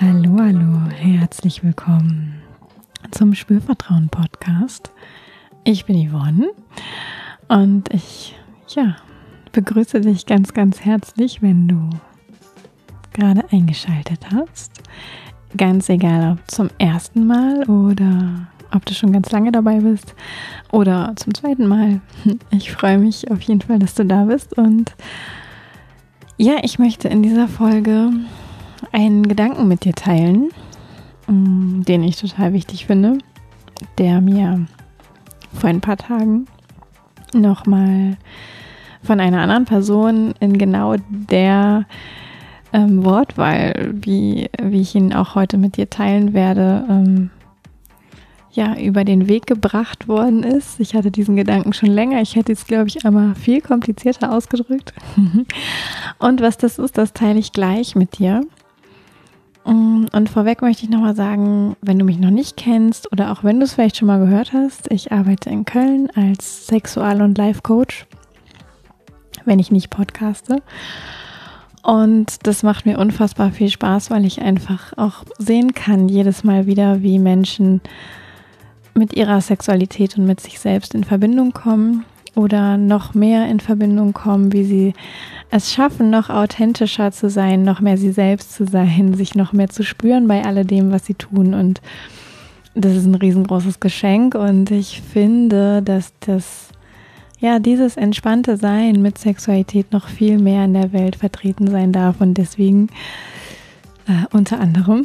Hallo, herzlich willkommen zum Spürvertrauen-Podcast. Ich bin Yvonne und ich begrüße dich ganz, ganz herzlich, wenn du gerade eingeschaltet hast. Ganz egal, ob zum ersten Mal oder ob du schon ganz lange dabei bist oder zum zweiten Mal. Ich freue mich auf jeden Fall, dass du da bist und ich möchte in dieser Folge einen Gedanken mit dir teilen, den ich total wichtig finde, der mir vor ein paar Tagen nochmal von einer anderen Person in genau der Wortwahl, wie ich ihn auch heute mit dir teilen werde, über den Weg gebracht worden ist. Ich hatte diesen Gedanken schon länger. Ich hätte es, glaube ich, aber viel komplizierter ausgedrückt. Und was das ist, das teile ich gleich mit dir. Und vorweg möchte ich nochmal sagen, wenn du mich noch nicht kennst oder auch wenn du es vielleicht schon mal gehört hast, ich arbeite in Köln als Sexual- und Life-Coach, wenn ich nicht podcaste. Und das macht mir unfassbar viel Spaß, weil ich einfach auch sehen kann, jedes Mal wieder, wie Menschen mit ihrer Sexualität und mit sich selbst in Verbindung kommen oder noch mehr in Verbindung kommen, wie sie es schaffen, noch authentischer zu sein, noch mehr sie selbst zu sein, sich noch mehr zu spüren bei alledem, was sie tun. Und das ist ein riesengroßes Geschenk und ich finde, dass dieses entspannte Sein mit Sexualität noch viel mehr in der Welt vertreten sein darf und deswegen unter anderem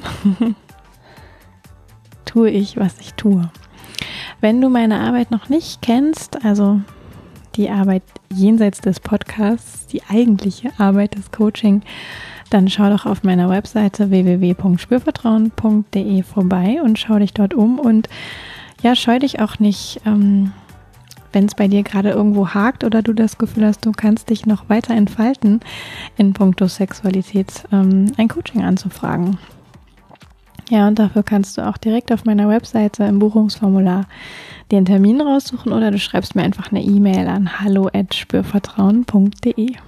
tue ich, was ich tue. Wenn du meine Arbeit noch nicht kennst, also die Arbeit jenseits des Podcasts, die eigentliche Arbeit des Coaching, dann schau doch auf meiner Webseite www.spürvertrauen.de vorbei und schau dich dort um und scheu dich auch nicht, wenn es bei dir gerade irgendwo hakt oder du das Gefühl hast, du kannst dich noch weiter entfalten in puncto Sexualität, ein Coaching anzufragen. Ja, und dafür kannst du auch direkt auf meiner Webseite im Buchungsformular den Termin raussuchen oder du schreibst mir einfach eine E-Mail an hallo@spürvertrauen.de.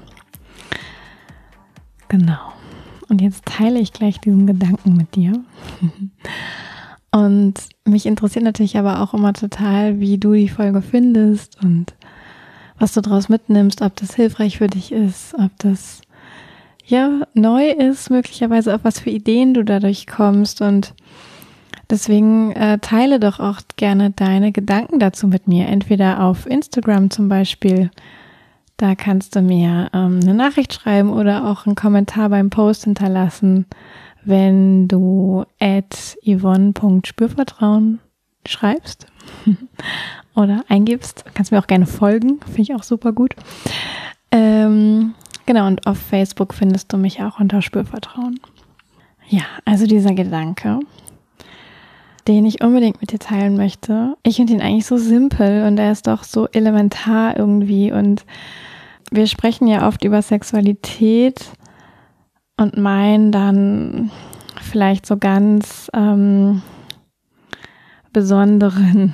Genau. Und jetzt teile ich gleich diesen Gedanken mit dir. Und mich interessiert natürlich aber auch immer total, wie du die Folge findest und was du daraus mitnimmst, ob das hilfreich für dich ist, ob das neu ist, möglicherweise auf was für Ideen du dadurch kommst und deswegen teile doch auch gerne deine Gedanken dazu mit mir, entweder auf Instagram zum Beispiel, da kannst du mir eine Nachricht schreiben oder auch einen Kommentar beim Post hinterlassen, wenn du @yvonne.spürvertrauen schreibst oder eingibst, kannst mir auch gerne folgen, finde ich auch super gut. Genau, und auf Facebook findest du mich auch unter Spürvertrauen. Ja, also dieser Gedanke, den ich unbedingt mit dir teilen möchte. Ich finde ihn eigentlich so simpel und er ist doch so elementar irgendwie. Und wir sprechen ja oft über Sexualität und meinen dann vielleicht so ganz besonderen,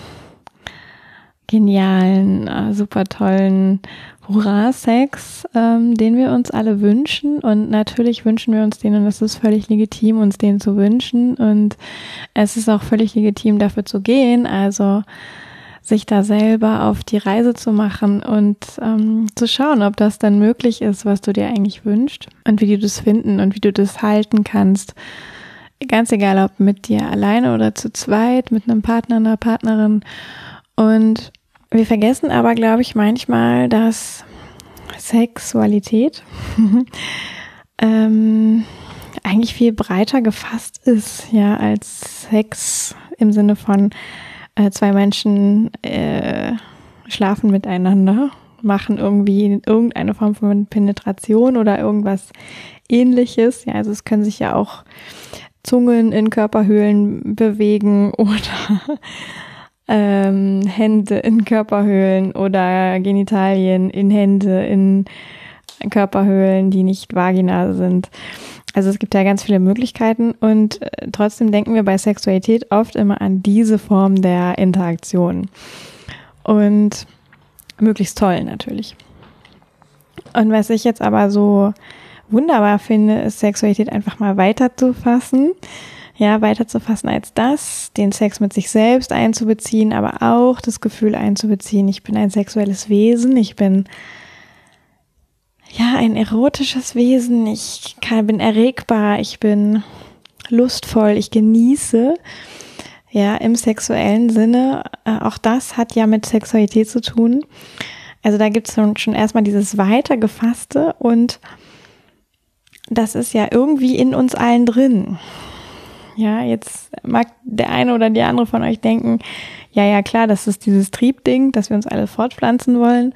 genialen, super tollen Hurra-Sex, den wir uns alle wünschen und natürlich wünschen wir uns den und es ist völlig legitim, uns den zu wünschen und es ist auch völlig legitim, dafür zu gehen, also sich da selber auf die Reise zu machen und zu schauen, ob das dann möglich ist, was du dir eigentlich wünschst und wie du das finden und wie du das halten kannst, ganz egal, ob mit dir alleine oder zu zweit, mit einem Partner, einer Partnerin. Und wir vergessen aber, glaube ich, manchmal, dass Sexualität eigentlich viel breiter gefasst ist, als Sex im Sinne von zwei Menschen schlafen miteinander, machen irgendwie irgendeine Form von Penetration oder irgendwas Ähnliches. Ja, also es können sich ja auch Zungen in Körperhöhlen bewegen oder Hände in Körperhöhlen oder Genitalien in Hände in Körperhöhlen, die nicht Vagina sind. Also es gibt ja ganz viele Möglichkeiten und trotzdem denken wir bei Sexualität oft immer an diese Form der Interaktion. Und möglichst toll natürlich. Und was ich jetzt aber so wunderbar finde, ist Sexualität einfach mal weiterzufassen. Ja, weiterzufassen als das, den Sex mit sich selbst einzubeziehen, aber auch das Gefühl einzubeziehen, ich bin ein sexuelles Wesen, ich bin ja ein erotisches Wesen, bin erregbar, ich bin lustvoll, ich genieße, ja, im sexuellen Sinne. Auch das hat ja mit Sexualität zu tun. Also da gibt es schon erstmal dieses Weitergefasste und das ist ja irgendwie in uns allen drin. Ja, jetzt mag der eine oder die andere von euch denken, ja klar, das ist dieses Triebding, dass wir uns alle fortpflanzen wollen.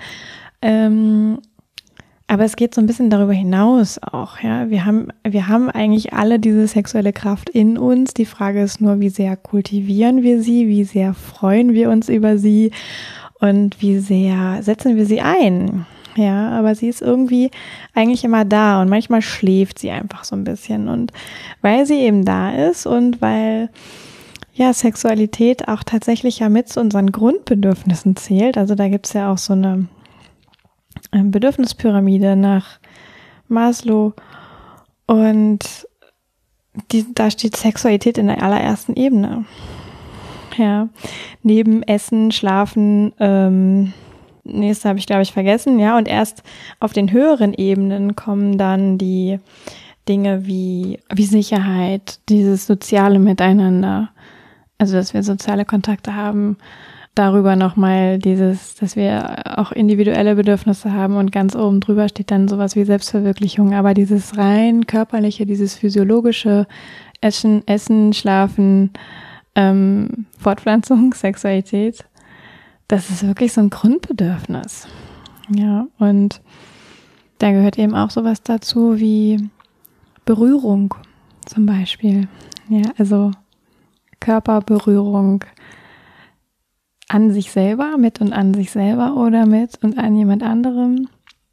Aber es geht so ein bisschen darüber hinaus auch, ja. Wir haben eigentlich alle diese sexuelle Kraft in uns. Die Frage ist nur, wie sehr kultivieren wir sie, wie sehr freuen wir uns über sie und wie sehr setzen wir sie ein. Ja, aber sie ist irgendwie eigentlich immer da und manchmal schläft sie einfach so ein bisschen. Und weil sie eben da ist und weil ja Sexualität auch tatsächlich ja mit zu unseren Grundbedürfnissen zählt, also da gibt's ja auch so eine Bedürfnispyramide nach Maslow und da steht Sexualität in der allerersten Ebene. Ja, neben Essen, Schlafen, nächste habe ich, glaube ich, vergessen, ja, und erst auf den höheren Ebenen kommen dann die Dinge wie Sicherheit, dieses soziale Miteinander, also dass wir soziale Kontakte haben, darüber nochmal dass wir auch individuelle Bedürfnisse haben und ganz oben drüber steht dann sowas wie Selbstverwirklichung, aber dieses rein körperliche, dieses physiologische Essen, Schlafen, Fortpflanzung, Sexualität, das ist wirklich so ein Grundbedürfnis. Ja, und da gehört eben auch sowas dazu wie Berührung zum Beispiel. Ja, also Körperberührung an sich selber, mit und an sich selber oder mit und an jemand anderem.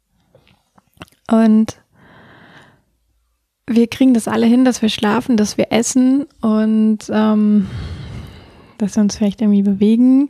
Und wir kriegen das alle hin, dass wir schlafen, dass wir essen und dass wir uns vielleicht irgendwie bewegen.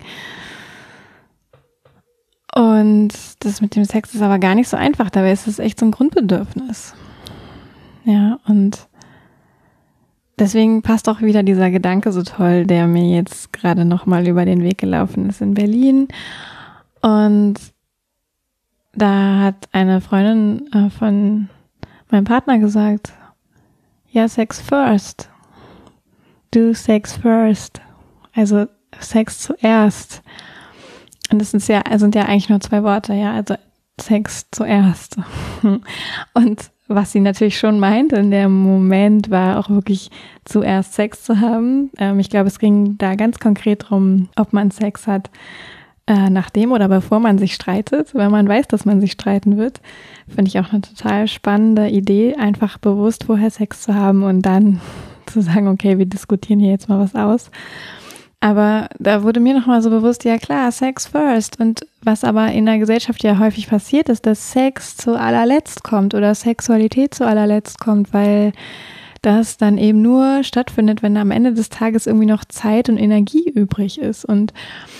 Und das mit dem Sex ist aber gar nicht so einfach, dabei ist es echt so ein Grundbedürfnis. Ja, und deswegen passt auch wieder dieser Gedanke so toll, der mir jetzt gerade nochmal über den Weg gelaufen ist in Berlin. Und da hat eine Freundin von meinem Partner gesagt, ja, Sex first. Do Sex first. Also Sex zuerst. Und das sind ja eigentlich nur 2 Worte, ja, also Sex zuerst. Und was sie natürlich schon meinte in dem Moment, war auch wirklich zuerst Sex zu haben. Ich glaube, es ging da ganz konkret darum, ob man Sex hat, nachdem oder bevor man sich streitet, weil man weiß, dass man sich streiten wird. Finde ich auch eine total spannende Idee, einfach bewusst vorher Sex zu haben und dann zu sagen, okay, wir diskutieren hier jetzt mal was aus. Aber da wurde mir nochmal so bewusst, ja klar, Sex first. Und was aber in der Gesellschaft ja häufig passiert, ist, dass Sex zu allerletzt kommt oder Sexualität zu allerletzt kommt, weil das dann eben nur stattfindet, wenn am Ende des Tages irgendwie noch Zeit und Energie übrig ist. Und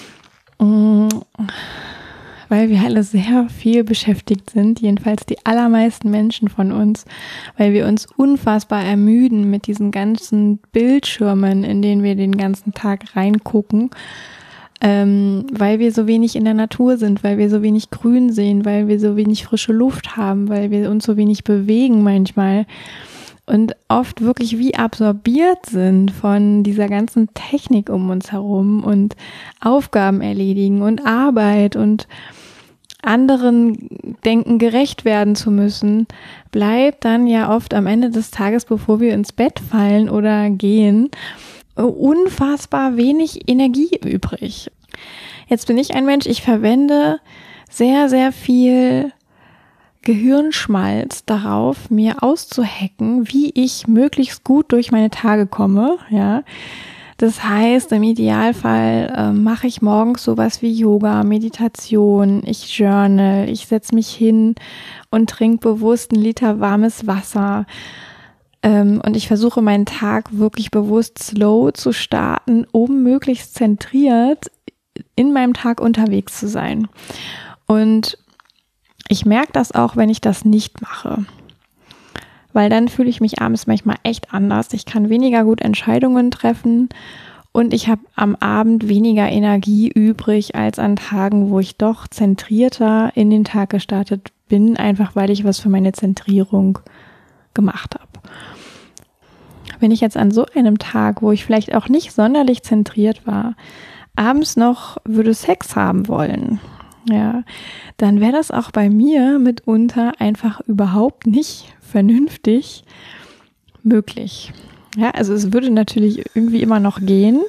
weil wir alle sehr viel beschäftigt sind, jedenfalls die allermeisten Menschen von uns, weil wir uns unfassbar ermüden mit diesen ganzen Bildschirmen, in denen wir den ganzen Tag reingucken, weil wir so wenig in der Natur sind, weil wir so wenig Grün sehen, weil wir so wenig frische Luft haben, weil wir uns so wenig bewegen manchmal und oft wirklich wie absorbiert sind von dieser ganzen Technik um uns herum und Aufgaben erledigen und Arbeit und anderen denken, gerecht werden zu müssen, bleibt dann ja oft am Ende des Tages, bevor wir ins Bett fallen oder gehen, unfassbar wenig Energie übrig. Jetzt bin ich ein Mensch, ich verwende sehr, sehr viel Gehirnschmalz darauf, mir auszuhacken, wie ich möglichst gut durch meine Tage komme, ja. Das heißt, im Idealfall mache ich morgens sowas wie Yoga, Meditation, ich journal, ich setze mich hin und trinke bewusst 1 Liter warmes Wasser. Und ich versuche meinen Tag wirklich bewusst slow zu starten, um möglichst zentriert in meinem Tag unterwegs zu sein. Und ich merke das auch, wenn ich das nicht mache. weil dann fühle ich mich abends manchmal echt anders. Ich kann weniger gut Entscheidungen treffen und ich habe am Abend weniger Energie übrig als an Tagen, wo ich doch zentrierter in den Tag gestartet bin, einfach weil ich was für meine Zentrierung gemacht habe. Wenn ich jetzt an so einem Tag, wo ich vielleicht auch nicht sonderlich zentriert war, abends noch würde Sex haben wollen, ja, dann wäre das auch bei mir mitunter einfach überhaupt nicht vernünftig möglich. Ja, also es würde natürlich irgendwie immer noch gehen.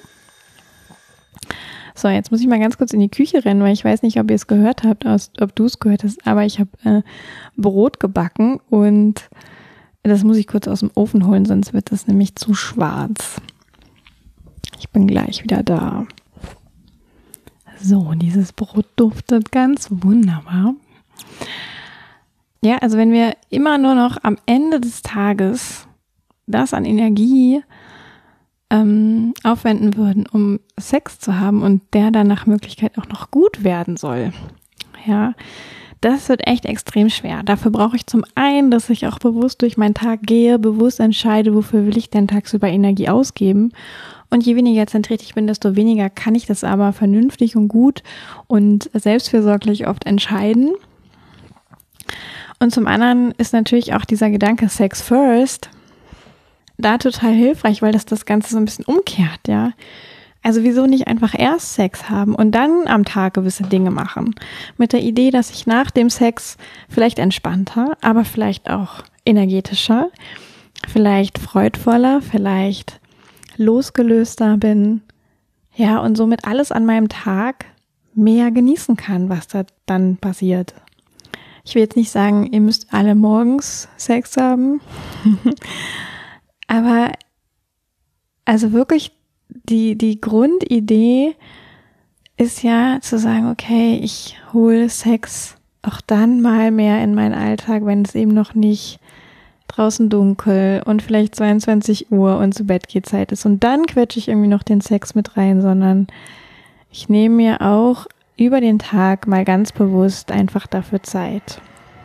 So, jetzt muss ich mal ganz kurz in die Küche rennen, weil ich weiß nicht, ob ihr es gehört habt, ob du es gehört hast, aber ich habe Brot gebacken und das muss ich kurz aus dem Ofen holen, sonst wird das nämlich zu schwarz. Ich bin gleich wieder da. So, dieses Brot duftet ganz wunderbar. Ja, also wenn wir immer nur noch am Ende des Tages das an Energie aufwenden würden, um Sex zu haben und der dann nach Möglichkeit auch noch gut werden soll, ja, das wird echt extrem schwer. Dafür brauche ich zum einen, dass ich auch bewusst durch meinen Tag gehe, bewusst entscheide, wofür will ich denn tagsüber Energie ausgeben. Und je weniger zentriert ich bin, desto weniger kann ich das aber vernünftig und gut und selbstfürsorglich oft entscheiden. Und zum anderen ist natürlich auch dieser Gedanke Sex first da total hilfreich, weil das Ganze so ein bisschen umkehrt, ja. Also wieso nicht einfach erst Sex haben und dann am Tag gewisse Dinge machen? Mit der Idee, dass ich nach dem Sex vielleicht entspannter, aber vielleicht auch energetischer, vielleicht freudvoller, vielleicht losgelöster bin, ja, und somit alles an meinem Tag mehr genießen kann, was da dann passiert. Ich will jetzt nicht sagen, ihr müsst alle morgens Sex haben, aber also wirklich die Grundidee ist ja zu sagen, okay, ich hole Sex auch dann mal mehr in meinen Alltag, wenn es eben noch nicht draußen dunkel und vielleicht 22 Uhr und zu Bett geht Zeit ist. Und dann quetsche ich irgendwie noch den Sex mit rein, sondern ich nehme mir auch über den Tag mal ganz bewusst einfach dafür Zeit.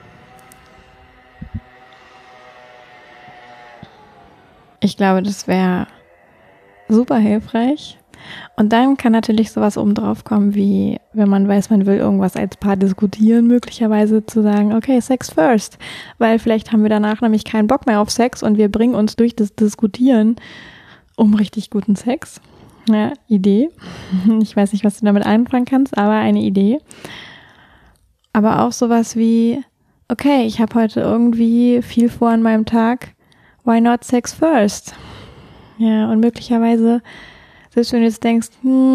Ich glaube, das wäre super hilfreich. Und dann kann natürlich sowas oben drauf kommen, wie wenn man weiß, man will irgendwas als Paar diskutieren, möglicherweise zu sagen, okay, Sex first, weil vielleicht haben wir danach nämlich keinen Bock mehr auf Sex und wir bringen uns durch das Diskutieren um richtig guten Sex. Ja, Idee. Ich weiß nicht, was du damit anfangen kannst, aber eine Idee. Aber auch sowas wie, okay, ich habe heute irgendwie viel vor an meinem Tag, why not Sex first? Ja, und möglicherweise, selbst wenn du jetzt denkst,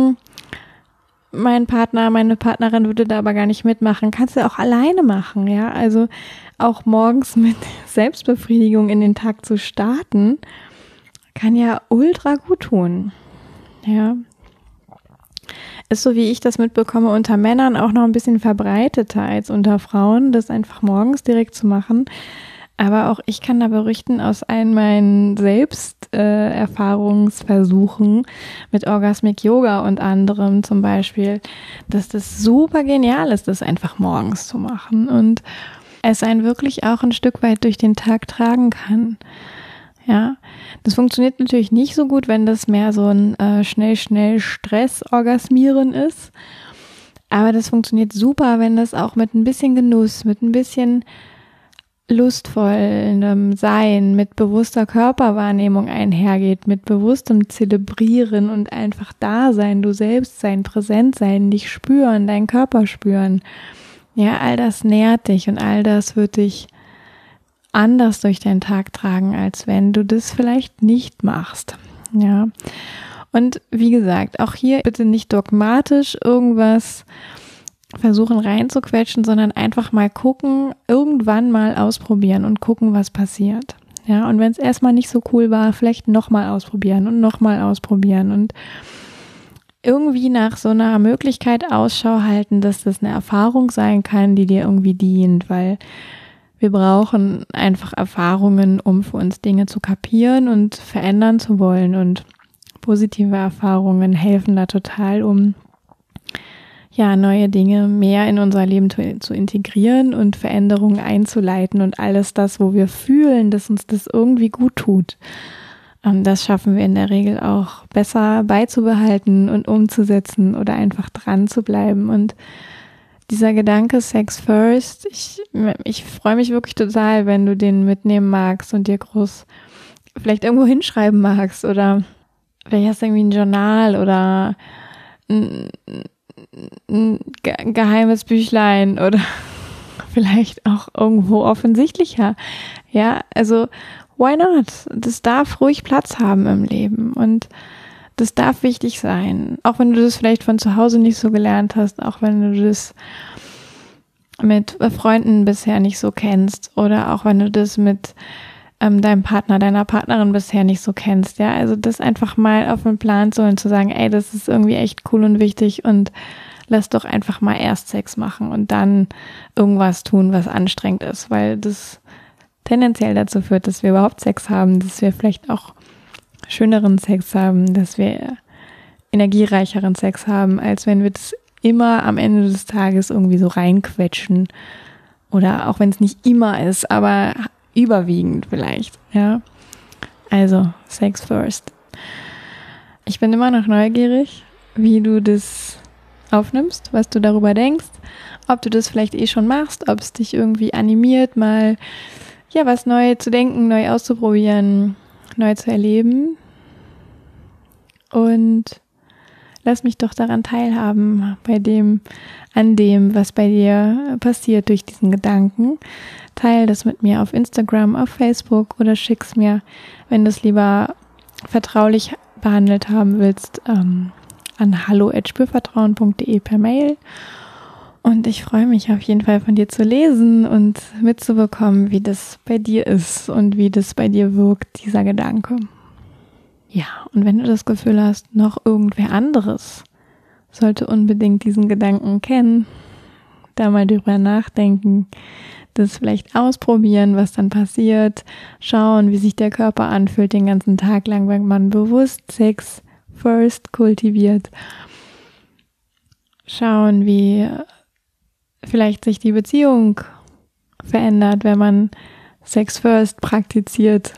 mein Partner, meine Partnerin würde da aber gar nicht mitmachen, kannst du auch alleine machen, ja, also auch morgens mit Selbstbefriedigung in den Tag zu starten, kann ja ultra gut tun, ja. Ist so, wie ich das mitbekomme, unter Männern auch noch ein bisschen verbreiteter als unter Frauen, das einfach morgens direkt zu machen. Aber auch ich kann da berichten aus allen meinen Selbsterfahrungsversuchen mit Orgasmic Yoga und anderem zum Beispiel, dass das super genial ist, das einfach morgens zu machen und es einen wirklich auch ein Stück weit durch den Tag tragen kann. Ja, das funktioniert natürlich nicht so gut, wenn das mehr so ein schnell Stress-Orgasmieren ist. Aber das funktioniert super, wenn das auch mit ein bisschen Genuss, mit ein bisschen lustvollem Sein, mit bewusster Körperwahrnehmung einhergeht, mit bewusstem Zelebrieren und einfach da sein, du selbst sein, präsent sein, dich spüren, deinen Körper spüren. Ja, all das nährt dich und all das wird dich anders durch deinen Tag tragen, als wenn du das vielleicht nicht machst. Ja. Und wie gesagt, auch hier bitte nicht dogmatisch irgendwas versuchen reinzuquetschen, sondern einfach mal gucken, irgendwann mal ausprobieren und gucken, was passiert. Ja, und wenn es erstmal nicht so cool war, vielleicht nochmal ausprobieren und irgendwie nach so einer Möglichkeit Ausschau halten, dass das eine Erfahrung sein kann, die dir irgendwie dient, weil wir brauchen einfach Erfahrungen, um für uns Dinge zu kapieren und verändern zu wollen, und positive Erfahrungen helfen da total, um neue Dinge mehr in unser Leben zu integrieren und Veränderungen einzuleiten und alles das, wo wir fühlen, dass uns das irgendwie gut tut. Das schaffen wir in der Regel auch besser beizubehalten und umzusetzen oder einfach dran zu bleiben. Und dieser Gedanke Sex First, ich freue mich wirklich total, wenn du den mitnehmen magst und dir groß vielleicht irgendwo hinschreiben magst oder vielleicht hast du irgendwie ein Journal oder ein geheimes Büchlein oder vielleicht auch irgendwo offensichtlicher. Ja, also why not? Das darf ruhig Platz haben im Leben und das darf wichtig sein. Auch wenn du das vielleicht von zu Hause nicht so gelernt hast, auch wenn du das mit Freunden bisher nicht so kennst oder auch wenn du das mit deinem Partner, deiner Partnerin bisher nicht so kennst, ja, also das einfach mal auf den Plan zu holen, zu sagen, ey, das ist irgendwie echt cool und wichtig und lass doch einfach mal erst Sex machen und dann irgendwas tun, was anstrengend ist, weil das tendenziell dazu führt, dass wir überhaupt Sex haben, dass wir vielleicht auch schöneren Sex haben, dass wir energiereicheren Sex haben, als wenn wir das immer am Ende des Tages irgendwie so reinquetschen oder auch wenn es nicht immer ist, aber überwiegend vielleicht, ja. Also, Sex first. Ich bin immer noch neugierig, wie du das aufnimmst, was du darüber denkst, ob du das vielleicht schon machst, ob es dich irgendwie animiert, mal was neu zu denken, neu auszuprobieren, neu zu erleben. Und lass mich doch daran teilhaben, an dem, was bei dir passiert durch diesen Gedanken. Teil das mit mir auf Instagram, auf Facebook oder schick's mir, wenn du es lieber vertraulich behandelt haben willst, an hallo@spürvertrauen.de per Mail. Und ich freue mich auf jeden Fall von dir zu lesen und mitzubekommen, wie das bei dir ist und wie das bei dir wirkt, dieser Gedanke. Ja, und wenn du das Gefühl hast, noch irgendwer anderes sollte unbedingt diesen Gedanken kennen, da mal drüber nachdenken, das vielleicht ausprobieren, was dann passiert, schauen, wie sich der Körper anfühlt den ganzen Tag lang, wenn man bewusst Sex first kultiviert. Schauen, wie vielleicht sich die Beziehung verändert, wenn man Sex first praktiziert.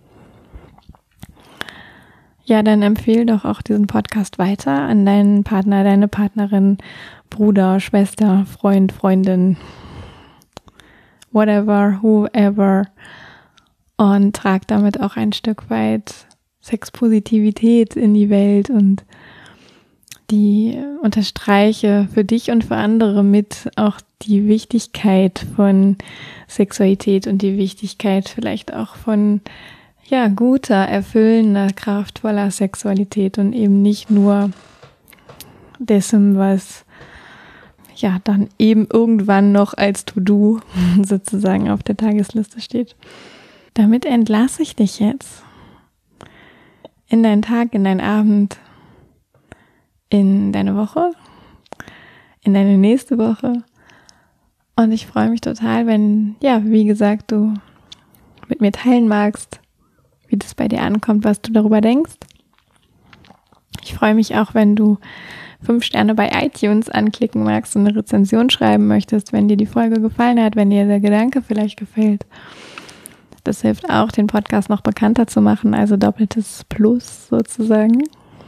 Ja, dann empfehle doch auch diesen Podcast weiter an deinen Partner, deine Partnerin, Bruder, Schwester, Freund, Freundin, whatever, whoever, und trag damit auch ein Stück weit Sexpositivität in die Welt und die unterstreiche für dich und für andere mit auch die Wichtigkeit von Sexualität und die Wichtigkeit vielleicht auch von guter, erfüllender, kraftvoller Sexualität und eben nicht nur dessen, was dann eben irgendwann noch als To-Do sozusagen auf der Tagesliste steht. Damit entlasse ich dich jetzt in deinen Tag, in deinen Abend, in deine Woche, in deine nächste Woche. Und ich freue mich total, wenn, wie gesagt, du mit mir teilen magst, wie das bei dir ankommt, was du darüber denkst. Ich freue mich auch, wenn du 5 Sterne bei iTunes anklicken magst und eine Rezension schreiben möchtest, wenn dir die Folge gefallen hat, wenn dir der Gedanke vielleicht gefällt. Das hilft auch, den Podcast noch bekannter zu machen, also doppeltes Plus sozusagen.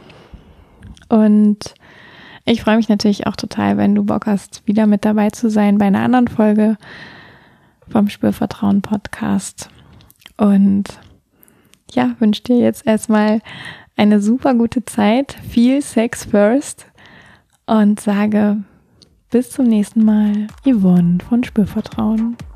Und ich freue mich natürlich auch total, wenn du Bock hast, wieder mit dabei zu sein bei einer anderen Folge vom Spürvertrauen Podcast. Und wünsche dir jetzt erstmal eine super gute Zeit, viel Sex first und sage bis zum nächsten Mal, Yvonne von Spürvertrauen.